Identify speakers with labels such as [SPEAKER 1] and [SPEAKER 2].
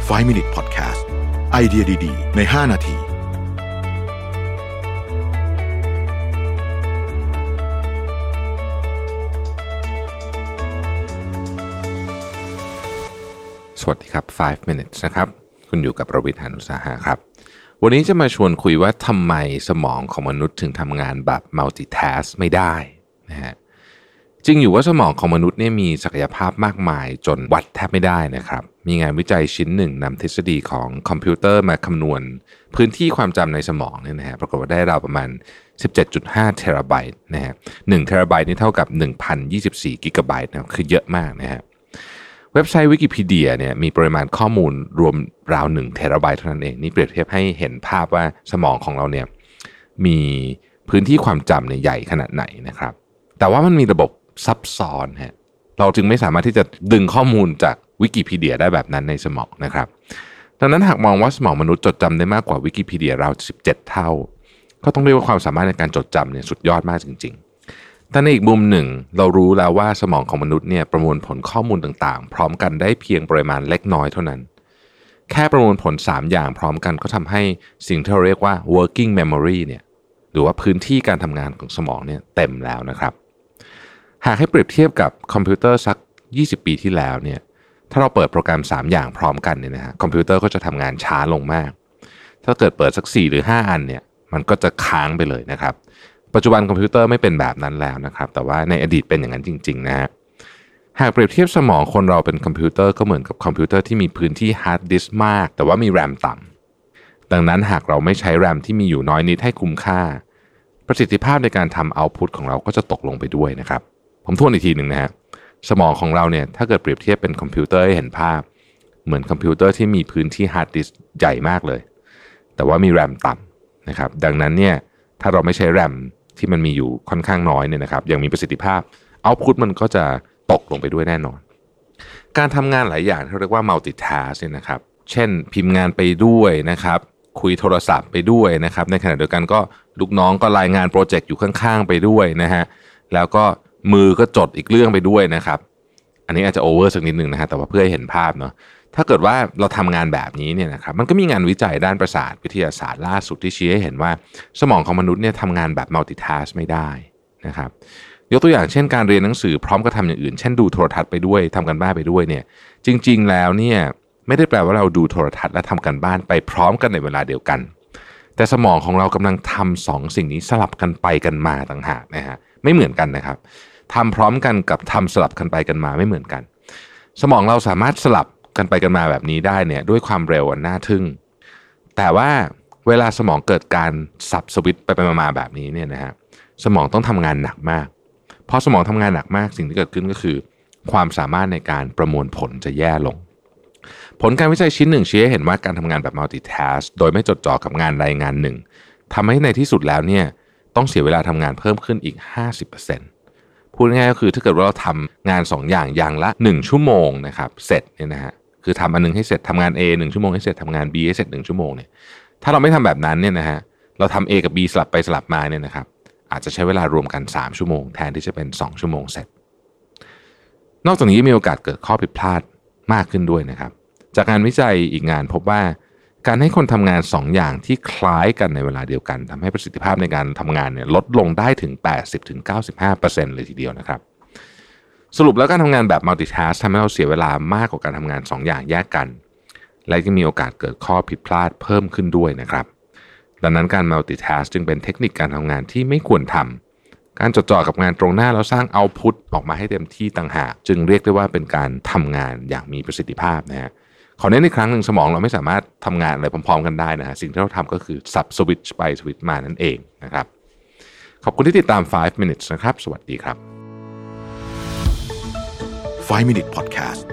[SPEAKER 1] 5 Minute Podcast ไอเดียดีๆใน5นาที
[SPEAKER 2] สวัสดีครับ5 minutes นะครับคุณอยู่กับประวิทย์ หาญอุตสาหะครับวันนี้จะมาชวนคุยว่าทำไมสมองของมนุษย์ถึงทำงานแบบ multitask ไม่ได้นะฮะจริงอยู่ว่าสมองของมนุษย์เนี่ยมีศักยภาพมากมายจนวัดแทบไม่ได้นะครับมีงานวิจัยชิ้นหนึ่งนำทฤษฎีของคอมพิวเตอร์มาคำนวณพื้นที่ความจำในสมองเนี่ยนะฮะปรากฏว่าได้ราวประมาณ 17.5 เทราไบต์นะฮะ1เทราไบต์นี่เท่ากับ 1,024 กิกะไบต์นะครับคือเยอะมากนะฮะเว็บไซต์วิกิพีเดียเนี่ยมีปริมาณข้อมูลรวมราว1เทราไบต์เท่านั้นเองนี่เปรียบเทียบให้เห็นภาพว่าสมองของเราเนี่ยมีพื้นที่ความจำเนี่ยใหญ่ขนาดไหนนะครับแต่ว่ามันมีระบบซับซ้อนฮะเราจึงไม่สามารถที่จะดึงข้อมูลจากวิกิพีเดียได้แบบนั้นในสมองนะครับดังนั้นหากมองว่าสมองมนุษย์จดจำได้มากกว่าวิกิพีเดียราว17เท่าก็ต้องเรียกว่าความสามารถในการจดจำเนี่ยสุดยอดมากจริงๆแต่ในอีกมุมหนึ่งเรารู้แล้วว่าสมองของมนุษย์เนี่ยประมวลผลข้อมูลต่างๆพร้อมกันได้เพียงปริมาณเล็กน้อยเท่านั้นแค่ประมวลผล3อย่างพร้อมกันก็ทำให้สิ่งที่เราเรียกว่า working memory เนี่ยหรือว่าพื้นที่การทำงานของสมองเนี่ยเต็มแล้วนะครับหากให้เปรียบเทียบกับคอมพิวเตอร์สัก20ปีที่แล้วเนี่ยถ้าเราเปิดโปรแกรม3อย่างพร้อมกันเนี่ยนะฮะคอมพิวเตอร์ก็จะทำงานช้าลงมากถ้าเกิดเปิดสัก4หรือ5อันเนี่ยมันก็จะค้างไปเลยนะครับปัจจุบันคอมพิวเตอร์ไม่เป็นแบบนั้นแล้วนะครับแต่ว่าในอดีตเป็นอย่างนั้นจริงๆนะฮะหากเปรียบเทียบสมองคนเราเป็นคอมพิวเตอร์ก็เหมือนกับคอมพิวเตอร์ที่มีพื้นที่ฮาร์ดดิสก์มากแต่ว่ามีแรมต่ำดังนั้นหากเราไม่ใช้แรมที่มีอยู่น้อยนิดให้คุ้มค่าประสิทธิภาพในการทำเอาต์พุตของเราก็จะตกลงไปด้วยนะครับผมทวนอีกทีหนึ่งนะฮะสมองของเราเนี่ยถ้าเกิดเปรียบเทียบเป็นคอมพิวเตอร์ให้เห็นภาพเหมือนคอมพิวเตอร์ที่มีพื้นที่ฮาร์ดดิสก์ใหญ่มากเลยแต่ว่ามีแรมต่ำนะครับดังนั้นเนี่ยถ้าเราไม่ใช้แรมที่มันมีอยู่ค่อนข้างน้อยเนี่ยนะครับยังมีประสิทธิภาพเอาต์พุตมันก็จะตกลงไปด้วยแน่นอนการทำงานหลายอย่างที่เรียกว่า multitask เนี่ยนะครับเช่นพิมพ์งานไปด้วยนะครับคุยโทรศัพท์ไปด้วยนะครับในขณะเดียวกันก็ลูกน้องก็รายงานโปรเจกต์อยู่ข้างๆไปด้วยนะฮะแล้วก็มือก็จดอีกเรื่องไปด้วยนะครับอันนี้อาจจะโอเวอร์สักนิดนึงนะฮะแต่ว่าเพื่อให้เห็นภาพเนาะถ้าเกิดว่าเราทำงานแบบนี้เนี่ยนะครับมันก็มีงานวิจัยด้านประสาทวิทยาศาสตร์ล่าสุดที่ชี้ให้เห็นว่าสมองของมนุษย์เนี่ยทำงานแบบ multitask ไม่ได้นะครับยกตัวอย่างเช่นการเรียนหนังสือพร้อมกับทำอย่างอื่นเช่นดูโทรทัศน์ไปด้วยทำกันบ้านไปด้วยเนี่ยจริงๆแล้วเนี่ยไม่ได้แปลว่าเราดูโทรทัศน์และทำกันบ้านไปพร้อมกันในเวลาเดียวกันแต่สมองของเรากำลังทำ2สิ่งนี้สลับกันไปกันมาต่างหากนะฮะไม่เหมือนกันนะครับทำพร้อมกันกับทำสลับกันไปกันมาไม่เหมือนกันสมองเราสามารถสลับกันไปกันมาแบบนี้ได้เนี่ยด้วยความเร็วอันน่าทึ่งแต่ว่าเวลาสมองเกิดการสับสวิตช์ไปมาแบบนี้เนี่ยนะฮะสมองต้องทำงานหนักมากพอสมองทำงานหนักมากสิ่งที่เกิดขึ้นก็คือความสามารถในการประมวลผลจะแย่ลงผลการวิจัยชิ้นหนึ่งชี้ให้เห็นว่าการทำงานแบบ multitask โดยไม่จดจ่อกับงานใดงานหนึ่งทำให้ในที่สุดแล้วเนี่ยต้องเสียเวลาทำงานเพิ่มขึ้นอีก 50% พูดง่ายๆก็คือถ้าเกิดว่าเราทำงาน2อย่างอย่างละ1ชั่วโมงนะครับเสร็จเนี่ยนะฮะคือทำอันนึงให้เสร็จทำงาน A 1ชั่วโมงให้เสร็จทำงาน B ให้เสร็จ1ชั่วโมงเนี่ยถ้าเราไม่ทำแบบนั้นเนี่ยนะฮะเราทำ A กับ B สลับไปสลับมาเนี่ยนะครับอาจจะใช้เวลารวมกัน3ชั่วโมงแทนที่จะเป็น2ชั่วโมงเสร็จนอกจากนี้มีโอกาสเกิดข้อผิดพลาดมากขึ้นด้วยนะครับจากงานวิจัยอีกงานพบว่าการให้คนทำงาน2อย่างที่คล้ายกันในเวลาเดียวกันทำให้ประสิทธิภาพในการทำงานเนี่ยลดลงได้ถึง 80-95% เลยทีเดียวนะครับสรุปแล้วการทำงานแบบ multitask ทำให้เราเสียเวลามากกว่าการทำงาน2อย่างแยกกันและยังมีโอกาสเกิดข้อผิดพลาดเพิ่มขึ้นด้วยนะครับดังนั้นการ multitask จึงเป็นเทคนิคการทำงานที่ไม่ควรทำการจดจ่อกับงานตรงหน้าแล้วสร้าง output ออกมาให้เต็มที่ต่างหากจึงเรียกได้ว่าเป็นการทำงานอย่างมีประสิทธิภาพนะฮะขอเน้นอีกครั้งหนึ่งสมองเราไม่สามารถทำงานอะไรพร้อมๆกันได้นะฮะสิ่งที่เราทำก็คือสับสวิตช์ไปสวิตช์มานั่นเองนะครับขอบคุณที่ติดตาม5 minutes นะครับสวัสดีครับ
[SPEAKER 1] 5 Minute Podcast